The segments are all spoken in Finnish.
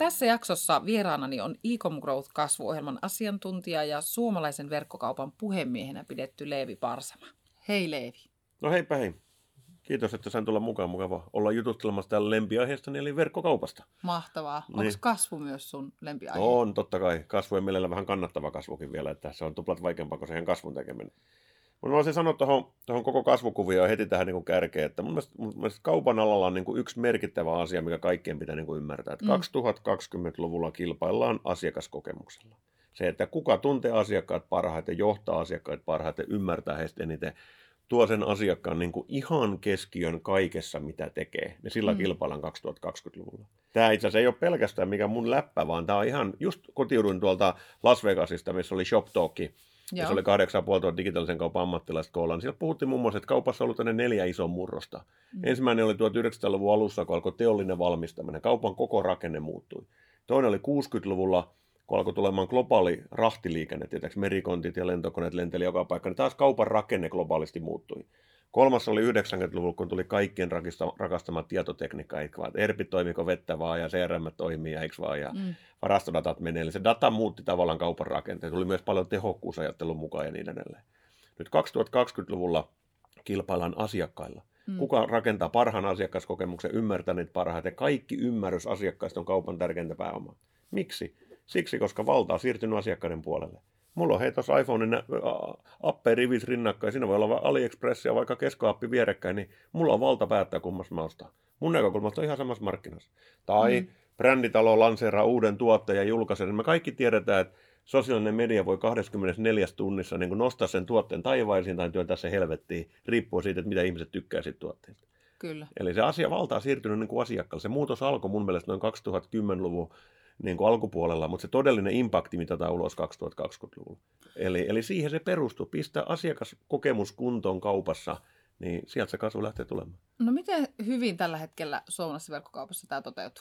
Tässä jaksossa vieraanani on Ecom Growth-kasvuohjelman asiantuntija ja suomalaisen verkkokaupan puhemiehenä pidetty Leevi Parsama. Hei Leevi. No heipä hei. Kiitos, että sain tulla mukaan. Mukava olla jututtelemassa täällä lempiaiheestani, eli verkkokaupasta. Mahtavaa. Niin. Onko kasvu myös sun lempiaihe? No on, totta kai. Kasvu ja mielellä vähän kannattava kasvukin vielä, että se on tuplat vaikeampaa kuin sen kasvun tekeminen. Mutta mä voisin sanoa tuohon koko kasvukuvioon heti tähän niin kärkeen, että mun mielestä kaupan alalla on niin yksi merkittävä asia, mikä kaikkien pitää niin ymmärtää. Että 2020-luvulla kilpaillaan asiakaskokemuksella. Se, että kuka tuntee asiakkaat parhaiten, johtaa asiakkaat parhaiten, ymmärtää heistä eniten, tuo sen asiakkaan niin ihan keskiön kaikessa, mitä tekee. Ja sillä kilpaillaan 2020-luvulla. Tämä itse asiassa ei ole pelkästään mikä mun läppä, vaan tämä on ihan, just kotiuduin tuolta Las Vegasista, missä oli Shop Talk. Ja se oli 8,5 digitaalisen kaupan ammattilaista koolla. Niin siellä puhuttiin muun muassa, että kaupassa on ollut 4 isoa murrosta. Ensimmäinen oli 1900-luvun alussa, kun alkoi teollinen valmistaminen. Kaupan koko rakenne muuttui. Toinen oli 60-luvulla, kun alkoi tulemaan globaali rahtiliikenne, tietääks merikontit ja lentokoneet lenteli joka paikka, niin taas kaupan rakenne globaalisti muuttui. Kolmas oli 90-luvulla, kun tuli kaikkien rakastama tietotekniikka, eikö vaan, ERPit toimiko vettä vaan ja CRM toimii, eikö vaan, ja varastodatat menee. Eli se data muutti tavallaan kaupan rakenteen, tuli myös paljon tehokkuusajattelun mukaan ja niin edelleen. Nyt 2020-luvulla kilpaillaan asiakkailla. Kuka rakentaa parhaan asiakaskokemuksen, ymmärtää niitä parhaiten. Kaikki ymmärrys asiakkaista on kaupan tärkeintä pääomaa. Miksi? Siksi, koska valta on siirtynyt asiakkaiden puolelle. Mulla on tuossa iPhonein appeja rivis rinnakkain, siinä voi olla AliExpress ja vaikka keskoappi vierekkäin, niin mulla on valta päättää kummassa mä ostan. Mun näkökulmasta on ihan samassa markkinassa. Tai bränditalo lanseeraa uuden tuotteen ja julkaisee, niin me kaikki tiedetään, että sosiaalinen media voi 24 tunnissa niin nostaa sen tuotteen taivaisiin tai työntää se helvettiin, riippuu siitä, että mitä ihmiset tykkää siitä tuotteesta. Kyllä. Eli se valta on siirtynyt niin kuin asiakkaalle. Se muutos alkoi mun mielestä noin 2010-luvun niin kuin alkupuolella, mutta se todellinen impakti mitataan ulos 2020-luvulla. Eli siihen se perustuu. Pistää asiakaskokemus kuntoon kaupassa, niin sieltä se kasvu lähtee tulemaan. No miten hyvin tällä hetkellä suomalaisessa verkkokaupassa tämä toteutuu?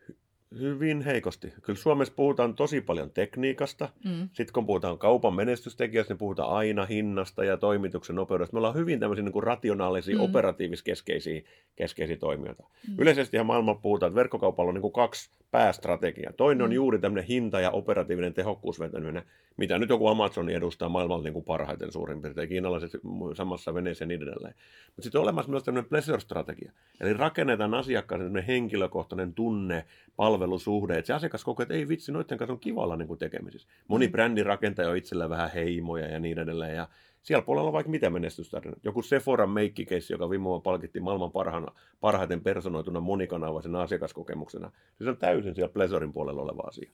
Hyvin heikosti. Kyllä Suomessa puhutaan tosi paljon tekniikasta. Sitten kun puhutaan kaupan menestystekijästä, niin puhutaan aina hinnasta ja toimituksen nopeudesta. Me ollaan hyvin tämmöisiä niin kuin rationaalisia, operatiiviskeskeisiä toimijoita. Yleisestihan maailmalla puhutaan, että verkkokaupalla on niin kuin 2 päästrategiaa. Toinen on juuri tämmöinen hinta- ja operatiivinen tehokkuusvetäminen, mitä nyt joku Amazon edustaa maailmalla niin kuin parhaiten suurin piirtein. Kiinalaiset samassa veneessä ja niin edelleen. Mutta sitten on olemassa myös tämmöinen pleasure-strategia. Eli rakennetaan asiakkaan tämmöinen henkilökohtainen tunne, palvelusuhde, että se asiakas kokee, että ei vitsi, noiden kanssa on kivalla niin kuin tekemisissä. Moni brändin rakentaja on itsellä vähän heimoja ja niin edelleen. Ja siellä puolella on vaikka mitä menestystarina. Joku Sephora meikkikeissi, joka viime vuonna palkittiin maailman parhaiten personoituna monikanavaisena asiakaskokemuksena. Se on täysin siellä pleasurein puolella oleva asia.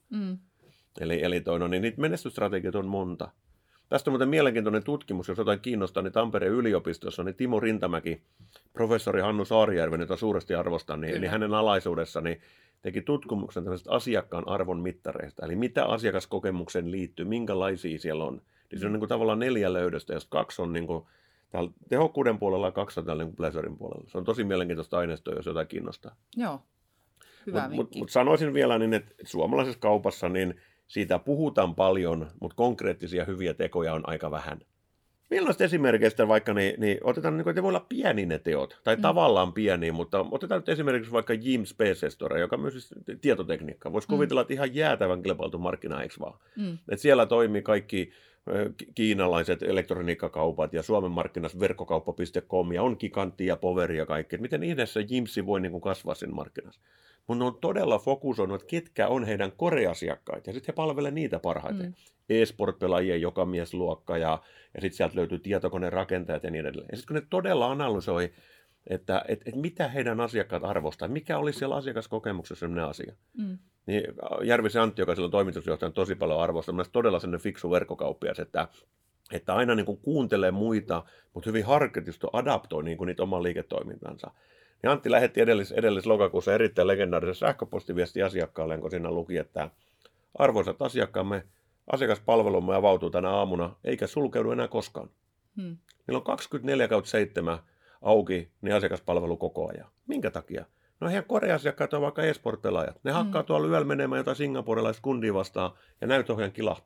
Eli niin niitä menestysstrategioita on monta. Tästä on muuten mielenkiintoinen tutkimus, jos jotain kiinnostaa, niin Tampereen yliopistossa niin Timo Rintamäki, professori Hannu Saarijärven, jota suuresti arvostan, niin hänen alaisuudessaan teki tutkimuksen tämmöisestä asiakkaan arvon mittareista. Eli mitä asiakaskokemukseen liittyy, minkälaisia siellä on. Niin se on niin kuin tavallaan 4 löydöstä, josta 2 on niin kuin täällä tehokkuuden puolella ja 2 on täällä niin pleasurein puolella. Se on tosi mielenkiintoista aineistoa, jos jotain kiinnostaa. Joo, hyvä vinkki. Mutta sanoisin vielä, niin, että suomalaisessa kaupassa niin siitä puhutaan paljon, mutta konkreettisia hyviä tekoja on aika vähän. Millaisista esimerkkeistä vaikka, niin otetaan, niin kuin, että voi olla pieni ne teot, tai tavallaan pieniä, mutta otetaan nyt esimerkiksi vaikka Jims PC Store, joka myös siis tietotekniikkaa. Voisi kuvitella, että ihan jäätävän kilpailtu markkina, eikö vaan? Että siellä toimii kaikki kiinalaiset elektroniikkakaupat ja Suomen markkinassa verkkokauppa.com ja on Gigantti ja Poveri ja kaikki. Että miten ihmeessä Jimsi voi niin kuin kasvaa siinä markkinassa? Mutta ne on todella fokusoinut, että ketkä on heidän core-asiakkaita ja sitten he palvelevat niitä parhaiten. E-sport-pelaajien jokamiesluokka ja sitten sieltä löytyy tietokonerakentajat ja niin edelleen. Ja sitten kun ne todella analysoi, että mitä heidän asiakkaat arvostaa, mikä olisi siellä asiakaskokemuksessa sellainen asia. Niin Järvisen Antti, joka siellä on toimitusjohtajan tosi paljon arvostaa, on todella sellainen fiksu verkkokauppias, että aina niin kuin kuuntelee muita, mutta hyvin harkitusti adaptoi niin kuin niitä oman liiketoimintansa. Ja Antti lähetti edellis lokakuussa erittäin legendaarisen sähköpostiviesti asiakkaalle, kun siinä luki, että arvoisat asiakkaamme, asiakaspalvelumme avautuu tänä aamuna, eikä sulkeudu enää koskaan. Meillä on 24/7 auki niin asiakaspalvelu koko ajan. Minkä takia? No heidän koreasiakkaat on vaikka e-sport-pelaajat. Ne hakkaa tuolla yöllä menemään jotain singaporelaista kundia vastaan ja näytöohjan kilahtaa.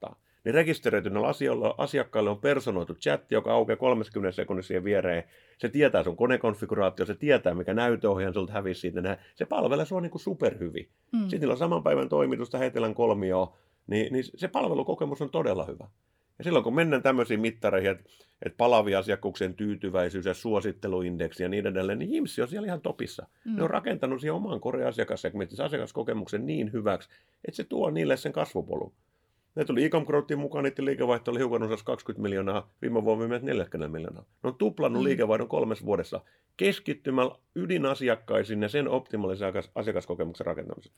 niin rekisteröityneillä asiakkailla on personoitu chatti, joka aukeaa 30 sekunnissa siihen viereen. Se tietää sun konekonfiguraatio, se tietää, mikä näytöohjaan sulta hävisi siitä. Se palvelee sua niin kuin superhyvin. Sitten niillä on saman päivän toimitusta Hetelän kolmioon, niin se palvelukokemus on todella hyvä. Ja silloin kun mennään tämmöisiin mittareihin, että palavia asiakkuuksien tyytyväisyys ja suositteluindeksi ja niin edelleen, niin Jimsi on siellä ihan topissa. Ne on rakentanut siihen oman Core-asiakassegmentissa asiakaskokemuksen niin hyväksi, että se tuo niille sen kasvupolun. Ne tuli Ecom Growthin mukaan, niiden liikevaihto oli hiukan osassa 20 miljoonaa, viime vuonna 40 miljoonaa. Ne on tuplannut liikevaihdon 3 vuodessa keskittymällä ydinasiakkaisiin ja sen optimaalisen asiakaskokemuksen rakentamiseen.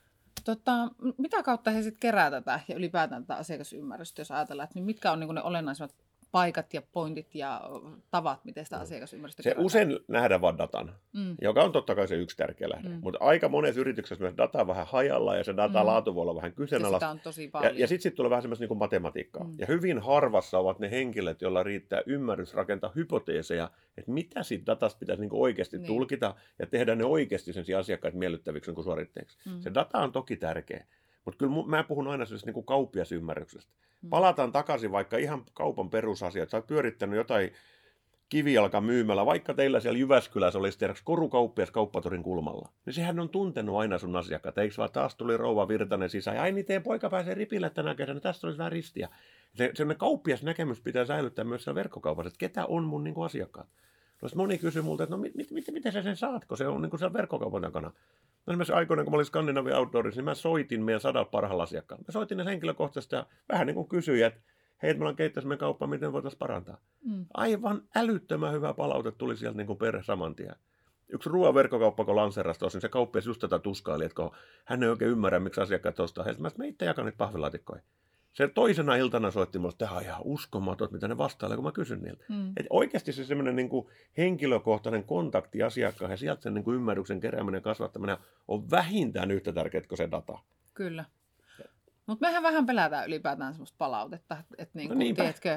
Mitä kautta he sitten kerää tätä ja ylipäätään tätä asiakasymmärrystä, jos ajatellaan, että mitkä on niin ne olennaisimmat paikat ja pointit ja tavat, miten sitä asiakasymmärrystä kerätään? Se usein nähdään vaan datan, joka on totta kai se yksi tärkeä lähde. Mutta aika monessa yrityksessä myös data on vähän hajalla ja se data-laatu voi olla vähän kyseenalaista. Sitä on tosi paljon. Ja sitten tulee vähän semmoista niin matematiikkaa. Ja hyvin harvassa ovat ne henkilöt, joilla riittää ymmärrys rakentaa hypoteeseja, että mitä siitä datasta pitäisi niin oikeasti tulkita ja tehdä ne oikeasti sen asiakkaat miellyttäviksi niin suoritteeksi. Se data on toki tärkeä. Mutta kyllä mä puhun aina sellaisesta niin kauppiasymmärryksestä. Palataan takaisin vaikka ihan kaupan perusasiat. Sä oot pyörittänyt jotain kivijalka myymällä, vaikka teillä siellä Jyväskylässä olisi tiedäksi korukauppias kauppatorin kulmalla. Niin sehän on tuntenut aina sun asiakkaat. Eikö vaan taas tuli rouva Virtanen sisään. Ja ai niin teidän poika pääsee ripille tänä kesänä. Tästä olisi vähän ristiä. Sellainen kauppias näkemys pitää säilyttää myös siellä verkkokaupassa. Että ketä on mun niin kuin asiakkaat. No, moni kysyy multa, että no miten sä sen saatko? Se on niin kuin siellä verkkokaupan takana. No, esimerkiksi aikoina, kun mä olin Skandinavia Outdoorissa, niin mä soitin meidän 100 parhaalla asiakkaalla. Mä soitin ne henkilökohtaisesti ja vähän niin kuin kysyin, että hei, me ollaan kehittämässä meidän kauppaa, miten voitaisiin parantaa. Aivan älyttömän hyvä palaute tuli sieltä niin kuin perhe saman tien. Yksi ruoan verkkokauppa, kun lanseerasi tuossa, niin se kauppias just tätä tuskaili, että hän ei oikein ymmärrä, miksi asiakkaat ostaa heiltä. Mä itse jakan niitä pahvilaatikkoja. Se toisena iltana soitti mulle, että ihan uskomaton, mitä ne vastailee, kun mä kysyn niiltä. Et oikeasti se semmoinen niin kuin henkilökohtainen kontakti asiakkaan ja sieltä sen niin kuin ymmärryksen kerääminen ja kasvattaminen on vähintään yhtä tärkeää kuin se data. Kyllä. Mutta mehän vähän pelätään ylipäätään semmoista palautetta, että niinku, tiedätkö,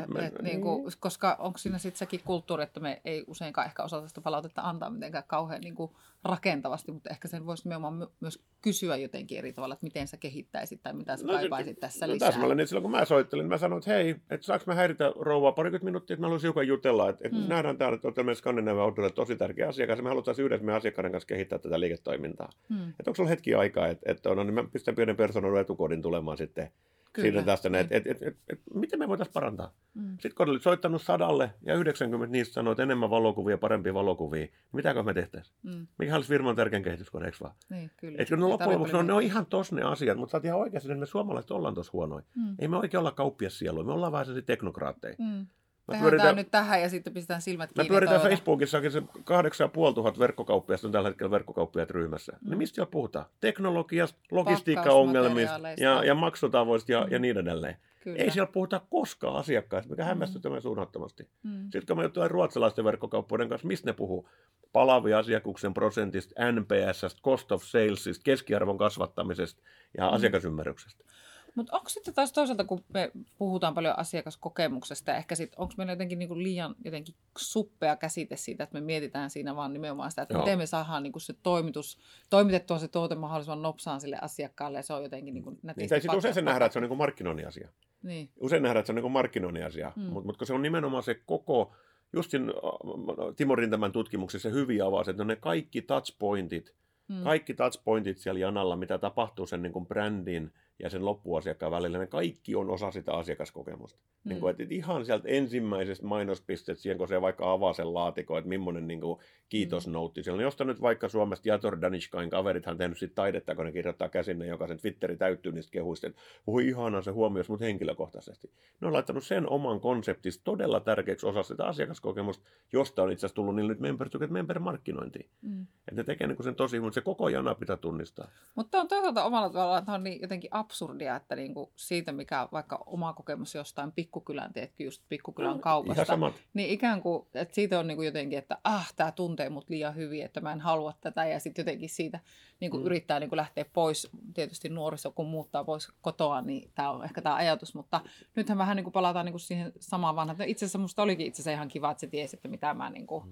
koska onko siinä sitten sekin kulttuuri, että me ei useinkaan ehkä osata sitä palautetta antaa mitenkään kauhean niinku rakentavasti, mutta ehkä sen voisi nimenomaan myös kysyä jotenkin eri tavalla, että miten sä kehittäisit tai mitä sä kaipaisit tässä lisää. Täsmälleen, niin silloin kun mä soittelin, mä sanoin, että hei, että saanko mä häiritä rouvaa parikymmentä minuuttia, että mä haluaisin hiukan jutella, että nähdään täällä, että on tämmöinen Skandinavia Outdoorille tosi tärkeä asiakas, ja me halutaan yhdessä meidän asiakkaiden kanssa kehittää tätä liiketoimintaa. Että onko sulla hetki aikaa, että niin mä pistän pienen persoonan etukoodin tulemaan sitten. Siinä tästä, että miten me voitaisiin parantaa. Sitten kun olet soittanut 100 ja 90 niistä sanoo, että enemmän valokuvia, parempia valokuvia, niin mitäkö me tehtäisiin? Mikä olisi firman tärkein kehityskone, eikö vaan? Niin, kyllä. Etkö ne loppujen lopuksi ne on ihan tos ne asiat, mutta sä oot ihan oikeasti, että me suomalaiset ollaan tossa huonoja. Ei me oikein olla kauppias sielua, me ollaan vähän sellaisia teknokraatteja. Tehdään tämä nyt tähän ja sitten pistetään silmät kiinni. Me pyöritään Facebookissakin se 8500 verkkokauppiasta on tällä hetkellä verkkokauppiat ryhmässä. Niin mistä siellä puhutaan? Teknologiasta, logistiikkaongelmista ja maksutavoista ja niin edelleen. Kyllä. Ei siellä puhuta koskaan asiakkaista, mikä hämmästyttävän suunnattomasti. Sitten kun me juttujen ruotsalaisten verkkokauppoiden kanssa, mistä ne puhuu? Palavia asiakkuuksien prosentista, NPS:stä, cost of salesista, keskiarvon kasvattamisesta ja asiakasymmärryksestä. Mutta onko sitten taas toisaalta, kun me puhutaan paljon asiakaskokemuksesta, ja ehkä sitten onko meillä jotenkin niinku liian jotenkin suppea käsite siitä, että me mietitään siinä vaan nimenomaan sitä, että miten me saadaan niinku se toimitettua se tuote mahdollisimman nopsaan sille asiakkaalle, ja se on jotenkin niinku nätisti. Tai sitten usein se nähdään, että se on niinku markkinoinnin asia. Niin. Usein nähdään, että se on niinku markkinoinnin asia, mutta kun se on nimenomaan se koko, just siinä Timo Rintamäen tutkimuksessa hyvin avasi, että ne kaikki touchpointit, kaikki touchpointit siellä janalla, mitä tapahtuu sen niin kuin brändin ja sen loppuasiakkaan välillä, ne kaikki on osa sitä asiakaskokemusta. Niin kuin, että ihan sieltä ensimmäisestä mainospisteestä, siihen kun se vaikka avaa sen laatikon, että millainen niin kuin kiitosnoutti siellä on. Josta nyt vaikka Suomesta Jator Danishkain kaverithan on tehnyt siitä taidetta, kun ne kirjoittaa käsinne, joka sen Twitteri täyttyy niistä kehuista, että ihanaa se huomioisi mut henkilökohtaisesti. Ne on laittanut sen oman konseptista todella tärkeäksi osa sitä asiakaskokemusta, josta on itse asiassa tullut niille nyt member-markkinointiin. Että ne tekee niin kuin sen tosi, mutta se koko jana pitää tunnistaa. Mutta on toisaalta omalla tavallaan, että on niin jotenkin absurdia, että niinku siitä, mikä vaikka oma kokemus jostain pikkukylän, teetkin just pikkukylän kaupasta, niin ikään kuin, että siitä on niinku jotenkin, että tämä tuntee mut liian hyvin, että mä en halua tätä, ja sitten jotenkin siitä niinku yrittää niinku lähteä pois, tietysti nuoriso kun muuttaa pois kotoa, niin tämä on ehkä tämä ajatus, mutta nythän vähän niinku palataan niinku siihen samaan vanhaan. Itse asiassa musta olikin ihan kiva, että se tiesi, että mitä mä niinku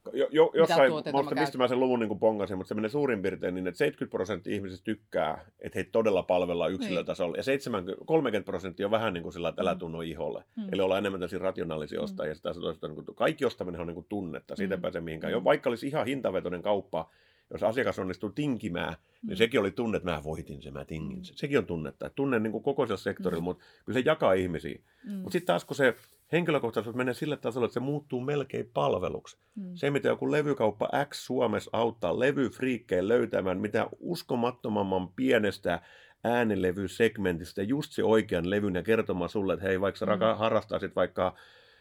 Jossain, mistä mä sen luvun niin pongasin, mutta se menee suurin piirtein niin, että 70% ihmisistä tykkää, että heitä todella palvellaan yksilötasolla, ja 30% on vähän niin kuin sillä, että älä tunnu iholle. Eli ollaan enemmän tällaisia rationaalisia ostajia, ja sitä toista, niin kuin, kaikki ostaminen on niin kuin tunnetta, siitä ei pääse mihinkään. Vaikka olisi ihan hintavetoinen kauppa, jos asiakas onnistuu tinkimään, niin sekin oli tunne, että mä voitin sen, mä tingin sen. Sekin on tunnetta. Tunne niin kuin kokoisella sektorilla, mutta kyllä se jakaa ihmisiä. Mutta sitten taas, kun se henkilökohtaisuus menee sille tasolle, että se muuttuu melkein palveluksi. Se, mitä joku levykauppa X Suomessa auttaa levyfriikkejä löytämään, mitä uskomattomamman pienestä äänilevysegmentistä just se oikean levyn ja kertomaan sulle, että hei, vaikka sä harrastaisit vaikka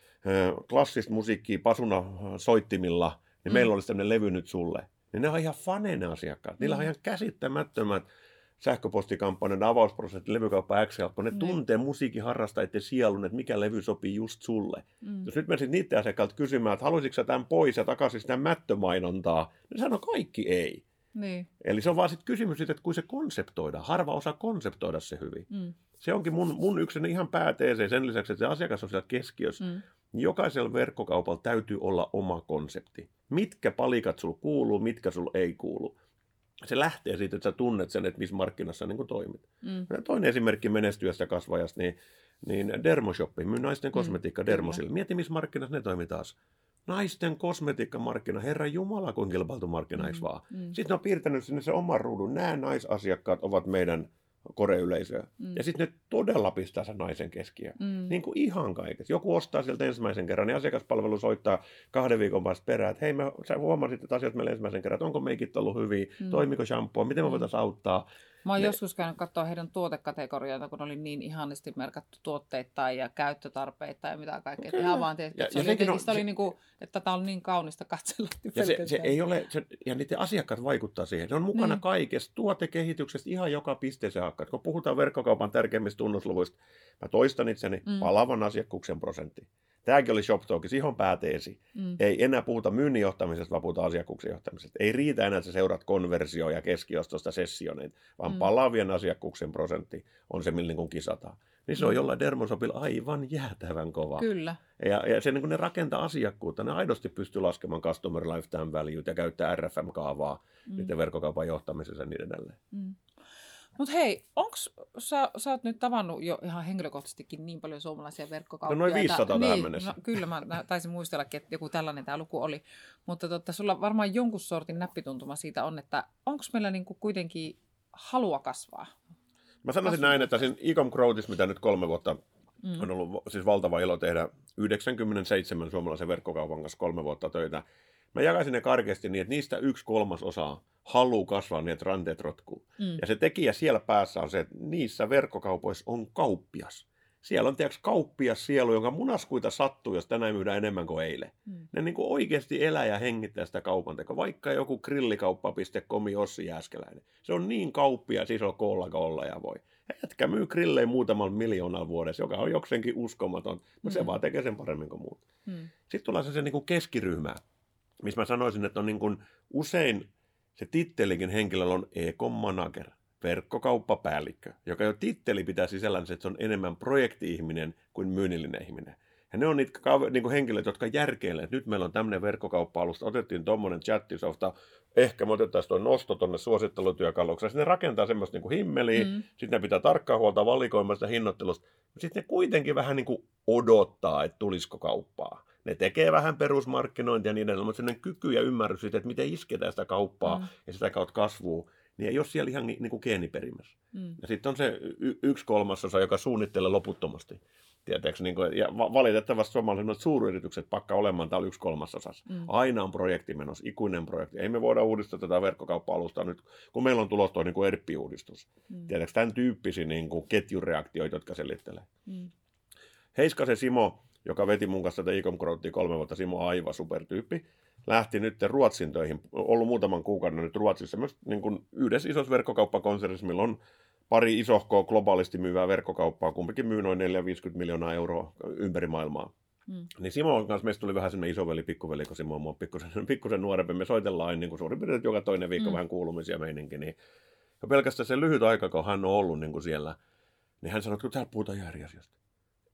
klassista musiikkia pasuna soittimilla, niin meillä olisi tämmöinen levy nyt sulle. Niin ne on ihan faneina asiakkaat. Niillä on ihan käsittämättömät sähköpostikampanjan avausprosessit, levykauppa X, kun ne tuntee musiikin harrastajien sielun, että mikä levy sopii just sulle. Jos nyt menisit niiden asiakkailta kysymään, että haluaisitko sä tämän pois ja takaisin sitä mättömainontaa, niin sanoo kaikki ei. Niin. Eli se on vaan sitten kysymys siitä, että kun se konseptoidaan, harva osaa konseptoida se hyvin. Se onkin mun yksi ihan pääteese, sen lisäksi, että se asiakas on siellä keskiössä. Jokaisella verkkokaupalla täytyy olla oma konsepti. Mitkä palikat sulla kuuluu, mitkä sulla ei kuulu. Se lähtee siitä, että sä tunnet sen, että missä markkinassa niin toimit. Toinen esimerkki menestyvästä kasvajasta, niin Dermoshoppi, myy naisten kosmetiikka Dermosille. Mieti, missä markkinassa ne toimii taas. Naisten kosmetiikkamarkkina, herra jumala, kun kilpailtu markkina, eikö vaan? Sitten ne on piirtänyt sinne se oman ruudun. Nämä naisasiakkaat ovat meidän koreyleisöä. Ja sitten ne todella pistää sen naisen keskiöön. Niin kuin ihan kaikessa. Joku ostaa sieltä ensimmäisen kerran, niin asiakaspalvelu soittaa 2 viikon päästä perään, että hei, sä huomasit, että asiat meille ensimmäisen kerran, että onko meikit ollut hyviä, toimiko shampoo, miten me voitaisiin auttaa. Mä oon joskus käynyt katsoa heidän tuotekategorioita, kun oli niin ihanasti merkattu tuotteittain ja käyttötarpeita ja mitä kaikkea. Ihan vaan se oli niin kuin, että tämä on niin kaunista katsella. Ja se ei ole, ja niiden asiakkaat vaikuttaa siihen. Ne on mukana kaikessa tuotekehityksestä ihan joka pisteeseen hakkaat. Kun puhutaan verkkokaupan tärkeimmistä tunnusluvuista, mä toistan itseni, palavan asiakkuuksen prosentti. Tämäkin oli ShopTalkissa ihan pääteesi. Ei enää puhuta myynnin johtamisesta, vaan puhutaan asiakkuuksien johtamisesta. Ei riitä enää, että sä seurat konversio- ja keskiostosta sessioneita, vaan palaavien asiakkuuksien prosentti on se, millä niin kuin kisataan. Niin se on jollain Dermoshopilla aivan jäätävän kova. Kyllä. Ja se, niin kun ne rakentaa asiakkuutta, ne aidosti pystyy laskemaan Customer Lifetime Value ja käyttää RFM-kaavaa niiden verkkokaupan johtamisessa ja niin edelleen. Mutta hei, sä oot nyt tavannut jo ihan henkilökohtaisestikin niin paljon suomalaisia verkkokauppiaita. No noin 500 tähän mennessä. No, kyllä, mä taisin muistellakin, että joku tällainen tämä luku oli. Mutta sulla varmaan jonkun sortin näppituntuma siitä on, että onko meillä niinku kuitenkin halua kasvaa? Mä sanoisin näin, että siinä e-com growthissa, mitä nyt 3 vuotta on ollut siis valtava ilo tehdä 97 suomalaisen verkkokaupan kanssa 3 vuotta töitä. Mä jakaisin ne karkeasti niin, että niistä 1/3 haluaa kasvaa niin, että ranteet rotkuu. Ja se tekijä siellä päässä on se, että niissä verkkokaupoissa on kauppias. Siellä on kauppias sielu, jonka munaskuita sattuu, jos tänään myydään enemmän kuin eilen. Ne niin kuin oikeasti elää ja hengittää sitä kaupantekoa. Vaikka joku grillikauppa.com Ossi Jääskeläinen. Se on niin kauppias iso koolla kuin olla ja voi. Jätkä myy grillejä muutamalla miljoonalla vuodessa, joka on jokseenkin uskomaton. Mutta se vaan tekee sen paremmin kuin muut. Sitten tullaan se niin kuin keskiryhmä, missä mä sanoisin, että on niin kuin usein se tittelikin henkilöllä on e-com-manager, verkkokauppapäällikkö, joka jo titteli pitää sisällään se, että se on enemmän projekti-ihminen kuin myynnillinen ihminen. Ja ne on niitä niin kuin henkilöitä, jotka järkeilee, että nyt meillä on tämmöinen verkkokauppa-alusta, otettiin tuommoinen chattisofta, ehkä me otettaisiin tuon nosto tuonne suosittelutyökaluksi. Sitten ne rakentaa semmoista niin kuin himmeliä, sitten ne pitää tarkkaan huolta valikoimasta hinnoittelusta, sitten ne kuitenkin vähän niin kuin odottaa, että tulisiko kauppaa. Ne tekee vähän perusmarkkinointia ja niin edelleen, mutta sellainen kyky ja ymmärrys siitä, että miten isketään sitä kauppaa ja sitä kautta kasvua, niin ei ole siellä ihan niin kuin geeniperimässä. Ja sitten on se 1/3, joka suunnittelee loputtomasti. Niin kuin, ja valitettavasti suomalaiset suuryritykset pakkaa olemaan täällä 1/3. Aina on projekti menossa, ikuinen projekti. Ei me voida uudistaa tätä verkkokauppa-alustaa nyt, kun meillä on tulossa tuo niin kuin ERP-uudistus. Tiedätkö, tämän tyyppisiä niin kuin ketjureaktioita, jotka selittelee. Heiskasen Simo, joka veti mun kanssa tätä e-com growthia 3 vuotta, Simo on aivan supertyyppi, lähti nyt Ruotsin töihin, ollut muutaman kuukauden nyt Ruotsissa, myös niin kuin yhdessä isossa verkkokauppakonsernissa, millä on pari isohkoa globaalisti myyvää verkkokauppaa, kumpikin myy noin 450 miljoonaa euroa ympäri maailmaa. Niin Simon kanssa meistä tuli vähän semmoinen isoveli, pikkuveli, kun Simo on pikkusen nuorempi, me soitellaan niin kuin suurin piirtein joka toinen viikko vähän kuulumisia meininkin, niin ja pelkästään se lyhyt aika, kun hän on ollut niin kuin siellä, niin hän sanoi, että täällä puhutaan ihan eri asioista.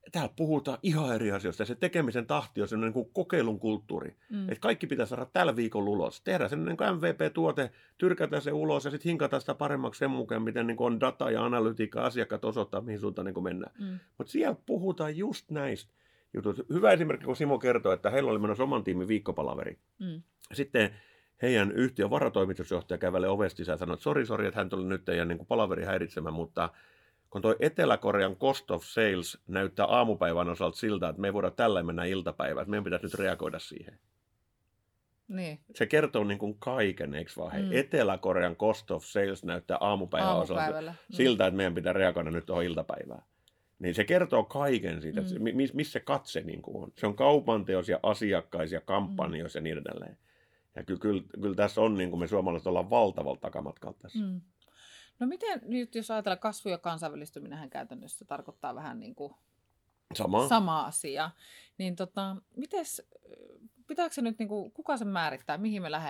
täällä puhutaan ihan eri asioista. Se tekemisen tahti on sellainen niin kuin kokeilun kulttuuri. Että kaikki pitää saada tällä viikolla ulos. Tehdään sellainen niin MVP-tuote, tyrkätään se ulos ja sitten hinkataan sitä paremmaksi sen mukaan, miten niin kuin on data ja analytiikka, asiakkaat osoittaa, mihin suuntaan niin kuin mennään. Mutta siellä puhutaan just näistä jutuista. Hyvä esimerkki, kun Simo kertoi, että heillä oli menossa oman tiimin viikkopalaveri. Sitten heidän yhtiön varatoimitusjohtaja kävelee ovesta sisään ja sanoi, että sori, että hän tuli nyt teidän niin kuin palaveri häiritsemään, mutta kun tuo Etelä-Korean cost of sales näyttää aamupäivän osalta siltä, että me ei voida tällä mennä iltapäivään, että meidän pitäisi nyt reagoida siihen. Niin. Se kertoo niin kuin kaiken, eikö vaan? Etelä-Korean cost of sales näyttää aamupäivän osalta siltä, että meidän pitää reagoida nyt tuohon iltapäivään. Niin se kertoo kaiken siitä, että missä se katse niin kuin on. Se on kaupanteos ja asiakkaisia, kampanjoissa ja niin edelleen. Ja kyllä tässä on, niin kuin me suomalaiset ollaan valtavalla takamatkalla tässä. No miten nyt, jos ajatellaan kasvu- ja kansainvälistyminenhän käytännössä tarkoittaa vähän niin kuin sama asia, niin pitääkö se nyt, niin kuin, kuka sen määrittää, mihin me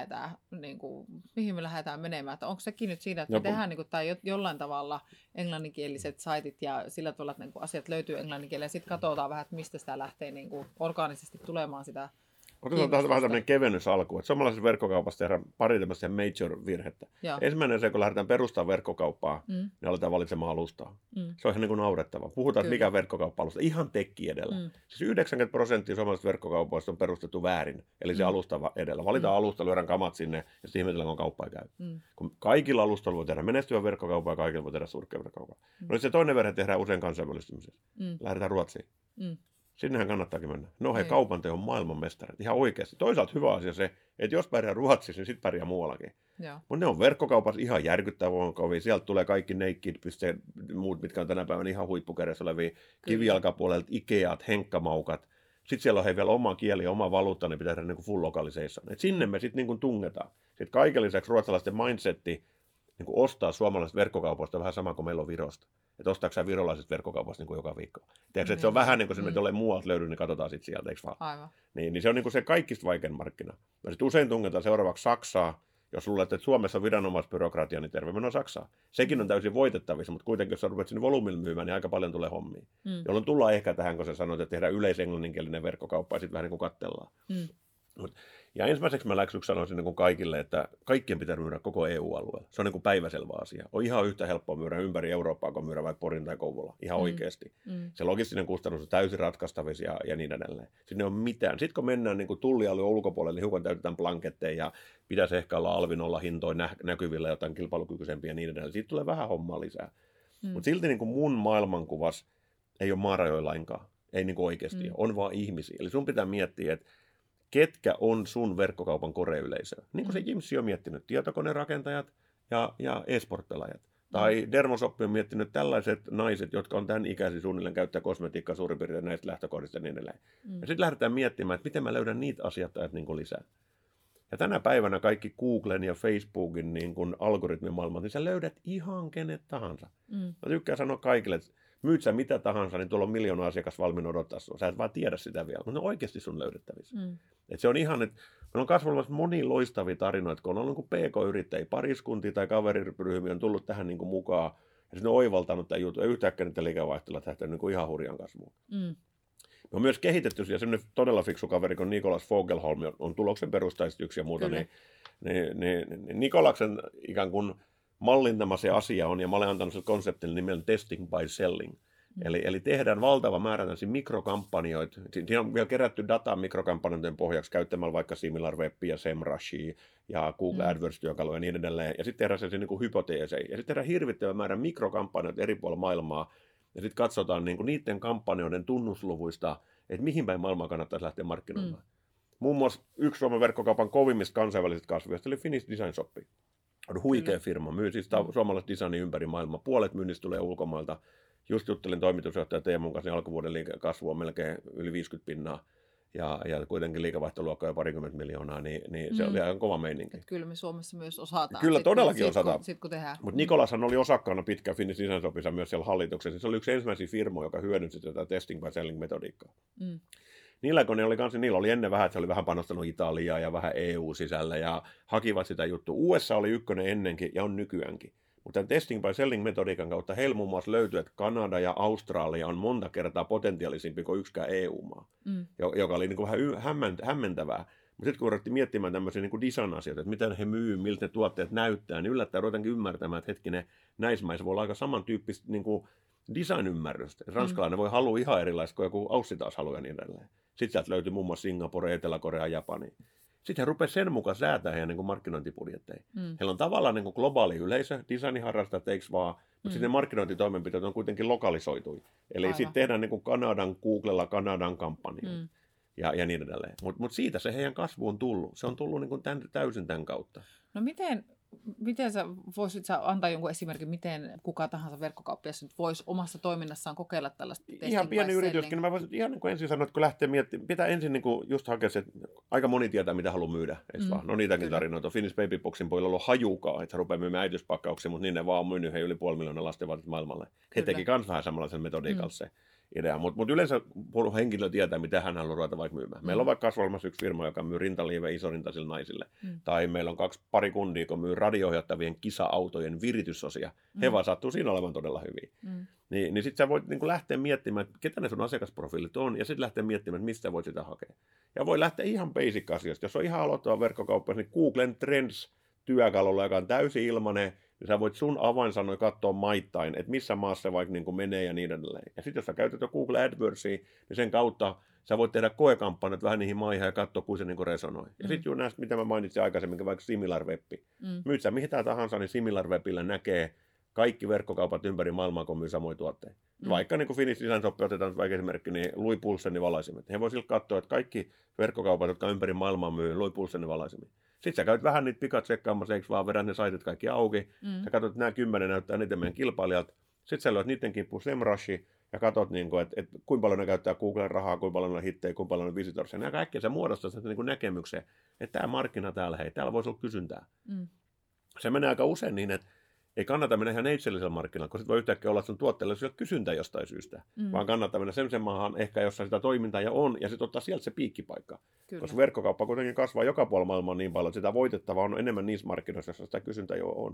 lähdetään menemään, että onko sekin nyt siinä, että me tehdään niin kuin, tai jollain tavalla englanninkieliset saitit ja sillä tavalla, että niin kuin asiat löytyy englanninkielellä ja sitten katsotaan vähän, että mistä sitä lähtee niin kuin orgaanisesti tulemaan sitä. Otetaan tähän vähän tämmöinen kevennys alkuun, että suomalaisessa verkkokaupassa tehdään pari tämmöistä major-virhettä. Ensimmäinen se, kun lähdetään perustamaan verkkokauppaa, niin aletaan valitsemaan alustaa. Se on ihan niin kuin naurettava. Puhutaan, että mikä on verkkokauppa-alusta. Ihan tekki edellä. Siis 90% suomalaisista verkkokaupoista on perustettu väärin, eli se alusta edellä. Valitaan alusta, lyödään kamat sinne ja sitten ihmetellään, kun kauppa ei käy. Kun kaikilla alustalla voi tehdä menestyvä verkkokauppa ja kaikilla voi tehdä surkea verkkokauppa. No se toinen virhe tehdään usein kansainvälistymisessä. Lähdetään Ruotsiin. Sinnehän kannattaakin mennä. No he kaupanteon maailmanmestarit. Ihan oikeasti. Toisaalta hyvä asia se, että jos pärjää Ruotsissa, niin sitten pärjää muuallakin. Mutta ne on verkkokaupassa ihan järkyttävän kovia. Sieltä tulee kaikki Naked, muut, mitkä on tänä päivänä ihan huippukädessä olevia. Kivijalkapuolelta, Ikeat, henkkamaukat. Sitten siellä on vielä oma kieli ja oma valuutta, niin pitää tehdä niin kuin full localization. Et sinne me sitten niin kuin tungetaan. Sitten kaiken lisäksi ruotsalaisten mindsetti niin kuin ostaa suomalaisesta verkkokaupoista vähän sama kuin meillä on Virosta. Että ostaako sä virolaisesta verkkokaupasta niin kuin joka viikko. Tiedätkö, että se on vähän niin kuin se, että jollei muualta löydy, niin katsotaan sitten sieltä, eikö vaan? Aivan. Niin se on niin kuin se kaikista vaikein markkina. No sitten usein tungetaan seuraavaksi Saksaa. Jos luulet, että Suomessa on viranomaisbyrokratia, niin terve meno Saksaa. Sekin on täysin voitettavissa, mutta kuitenkin jos sä rupeat sinne volyymilla myymään, niin aika paljon tulee hommia. Jolloin tullaan ehkä tähän, kun sä sanoit, että tehdään yleisenglanninkielinen verkkokauppa ja sitten vähän niin kuin katsellaan. Ja ensimmäiseksi mä läksyksi sanoisin niin kuin kaikille, että kaikkien pitää myydä koko EU-alueella. Se on niin kuin päiväselvä asia. On ihan yhtä helppoa myydä ympäri Eurooppaa, kuin myydä vaikka Porin tai Kouvola. Ihan oikeasti. Se logistinen kustannus on täysin ratkaistavissa ja niin edelleen. Sinne on mitään. Sitten kun mennään niin kuin tullialueen ulkopuolelle, niin hiukan täytetään blanketteja ja pitäisi ehkä olla alvin olla hintoja näkyvillä jotain kilpailukykyisempiä ja niin edelleen. Siitä tulee vähän hommaa lisää. Mutta silti niin kuin mun maailmankuvassa ei ole maarajoja lainkaan. Ei niin kuin oikeasti. On vaan ihmisiä. Eli sun pitää miettiä, että ketkä on sun verkkokaupan koreyleisöä. Niin kuin se Jimsi on miettinyt, tietokonerakentajat ja e-sport-pelaajat. Tai Dermosoppi on miettinyt tällaiset naiset, jotka on tämän ikäisiä suunnilleen käyttää kosmetiikkaa suurin piirtein näistä lähtökohdista ja niin edelleen. Ja sitten lähdetään miettimään, että miten mä löydän niitä asiakkaita niin kuin lisää. Ja tänä päivänä kaikki Googlen ja Facebookin niin kuin algoritmimaailmat, niin sä löydät ihan kenet tahansa. Mä tykkään sanoa kaikille, että myyt sä mitä tahansa, niin tuolla on 1 miljoona asiakas valmiin odottaa sinua. Sä et vaan tiedä sitä vielä, mutta ne on oikeasti sun löydettävissä. Et se on ihan, että meillä on kasvamassa monia loistavia tarinoita, kun on ollut niin PK-yrittäjiä, pariskuntia tai kaveriryhmiä on tullut tähän niin kuin mukaan, ja sitten on oivaltanut tämän jutun, ja yhtäkkiä niitä liikevaihtoilla tähtää niin kuin ihan hurjan kasvuun. Me on myös kehitetty, ja semmoinen todella fiksu kaveri, kun Nicolas Fogelholm on tuloksen perustaisesti yksi ja muuta, niin Nicolaksen ikään kuin mallintama se asia on, ja mä olen antanut sen konseptin nimen testing by selling. Eli tehdään valtava määrä tämmöisiä mikrokampanjoita. Siinä on vielä kerätty dataa mikrokampanjoiden pohjaksi käyttämällä vaikka SimilarWebia, SEMrushia ja Google AdWords-työkaluja ja niin edelleen. Ja sitten tehdään se niin kuin hypoteeseja. Ja sitten tehdään hirvittävä määrä mikrokampanjoita eri puolilla maailmaa. Ja sitten katsotaan niin kuin niiden kampanjoiden tunnusluvuista, että mihin päin maailmaa kannattaisi lähteä markkinoimaan. Muun muassa yksi Suomen verkkokaupan kovimmista kansainvälisistä kasvujista oli Finnish Design Shop. On huikea firma, myy siis suomalaista designia ympäri maailmaa. Puolet myynnistä tulee ulkomailta. Just juttelin toimitusjohtaja Teemun kanssa, niin alkuvuoden kasvu on melkein yli 50%, ja kuitenkin liikevaihtoluokka on 20 miljoonaa, niin se oli ihan kova meininki. Et kyllä me Suomessa myös osataan. Kyllä todellakin osataan. Kun tehdään. Mutta Nikolashan oli osakkaana pitkään Finnish Design Shopissa myös siellä hallituksessa. Se oli yksi ensimmäisiä firmoja, joka hyödynsi tätä testing by selling -metodiikkaa. Niillä oli ennen vähän, että se oli vähän panostanut Italiaa ja vähän EU-sisällä ja hakivat sitä juttua. USA oli ykkönen ennenkin ja on nykyäänkin. Mutta tämän testing by selling -metodiikan kautta heillä muun muassa löytyy, että Kanada ja Australia on monta kertaa potentiaalisempi kuin yksikään EU-maa, joka oli niin kuin vähän hämmentävää. Mutta sitten kun ruvettiin miettimään tämmöisiä niin kuin design-asioita, että miten he myy, miltä ne tuotteet näyttää, niin yllättäen ruvetaankin ymmärtämään, että hetkinen, näissä maissa voi olla aika samantyyppistä niin kuin design-ymmärrystä. Ranskalainen voi halua ihan erilaista kuin joku Aussi taas haluaa ja niin edelleen. Sitten sieltä löytyy muun muassa Singapore, Etelä-Korea, Japani. Sitten he rupesivat sen mukaan säätämään heidän niin kuin markkinointibudjetteja. Heillä on tavallaan niin kuin globaali yleisö, designiharrastajat, eikö vaan, mutta sitten ne markkinointitoimenpiteet on kuitenkin lokalisoituja. Eli sitten tehdään niin kuin Kanadan Googlella Kanadan kampanjoita ja niin edelleen. Mutta siitä se heidän kasvu on tullut. Se on tullut niin kuin täysin tämän kautta. No miten sä voisit antaa jonkun esimerkin, miten kuka tahansa verkkokauppias nyt voisi omassa toiminnassaan kokeilla tällaista testing by selling? Ihan pieni yrityskin, niin mä voisin ihan niin kuin ensin sanoa, että kun lähtee miettimään, pitää ensin niin kuin just hakea se, että aika moni tietää, mitä haluaa myydä, eikö vaan? No niitäkin tarinoita. Finnish Baby Boxin pojilla on ollut hajukaan, että he rupeaa myymään äitiyspakkauksia, mutta niin ne vaan on myynyt he yli 500 000 lastenvaatetta maailmalle. He teki kans vähän samanlaisen metodiikalla se idea, mutta yleensä henkilö tietää, mitä hän haluaa ruveta vaikka myymään. Meillä on vaikka kasvamassa yksi firma, joka myy rintaliivejä isorintaisille naisille. Tai meillä on 2 kundia, joka myy radio-ohjattavien kisa-autojen viritysosia. He vaan sattuu siinä olevan todella hyviä. Niin sitten sä voit niin lähteä miettimään, että ketä ne sun asiakasprofiilit on, ja sitten lähteä miettimään, että mistä voit sitä hakea. Ja voi lähteä ihan basic-asioista. Jos on ihan aloittava verkkokauppa, niin Googlen Trends-työkalulla, joka on täysin ilmainen, niin sä voit sun avainsanoja katsoa maittain, että missä maassa se vaikka niin kuin menee ja niin edelleen. Ja sitten jos sä käytät jo Google AdWordsia, niin sen kautta sä voit tehdä koekampanjat vähän niihin maihin ja katsoa, kuin se niin kuin resonoi. Ja sitten juuri näistä, mitä mä mainitsin aikaisemmin, vaikka SimilarWeb. Myyt sä mihin tahansa, niin SimilarWebillä näkee kaikki verkkokaupat ympäri maailmaa, kun myy samoja tuotteita. Vaikka niin kuin Finnish Design Shop, otetaan vaikka esimerkki, niin Louis Poulsenin valaisimet. He voi siltä katsoa, että kaikki verkkokaupat, jotka ympäri maailmaa myy Louis Poulsenin valaisimet. Sitten sä käyt vähän niitä pikatsekkaamassa, eikö vaan vedät ne saitit kaikki auki. Sä katsot, että nämä 10 näyttää niitä meidän kilpailijat. Sitten sä löydät niiden kimppuun SEMrushi ja katsot, että kuinka paljon ne käyttää Googlen rahaa, kuinka paljon ne hittejä, kuinka paljon ne visitorsia. Ja kaikkea se muodostaa sen niin näkemyksen, että tämä markkina täällä, hei, täällä voisi olla kysyntää. Se menee aika usein niin, että ei kannata mennä ihan neitsellisellä markkinoilla, kun sitten voi yhtäkkiä olla, että sun tuotteella ei ole kysyntää jostain syystä, vaan kannattaa mennä sen maahan ehkä, jossa sitä toimintaa ja on, ja sitten ottaa sieltä se piikkipaikka. Kyllä. Koska verkkokauppa kuitenkin kasvaa joka puolella maailmaa niin paljon, että sitä voitettavaa on enemmän niissä markkinoissa, joissa sitä kysyntää jo on.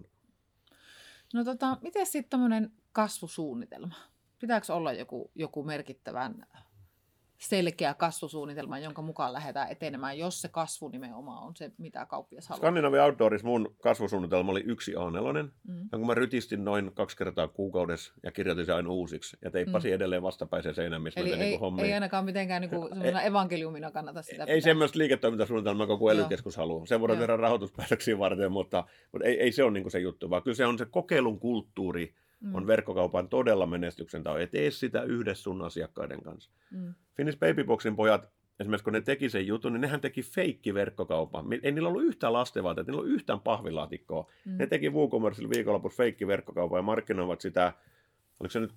No miten sitten tämmöinen kasvusuunnitelma? Pitääkö olla joku merkittävän selkeä kasvusuunnitelma, jonka mukaan lähdetään etenemään, jos se kasvu nimenomaan on se, mitä kauppias haluaa? Skandinavia Outdoorissa mun kasvusuunnitelma oli 1 A4, jonka mä rytistin noin 2 kertaa kuukaudessa ja kirjoitin sen aina uusiksi. Ja teippasin edelleen vastapäiseen seinään, missä eli ei ainakaan mitenkään evankeliumina kannata sitä pitää. Ei semmoista liiketoimintasuunnitelmaa, koko ely-keskus haluaa. Sen voidaan tehdä rahoituspäätöksiä varten, mutta ei se ole niin kuin se juttu, vaan kyllä se on se kokeilun kulttuuri, on verkkokaupan todella menestyksen tae. Et tee sitä yhdessä sun asiakkaiden kanssa. Finnish Baby Boxin pojat, esimerkiksi kun ne teki sen jutun, niin nehän teki feikki-verkkokaupan. Ei niillä ollut yhtään lastenvaatteita, niillä ollut yhtään pahvilaatikkoa. Ne teki WooCommercella viikonlopussa feikki-verkkokaupan ja markkinoivat sitä, oliko se nyt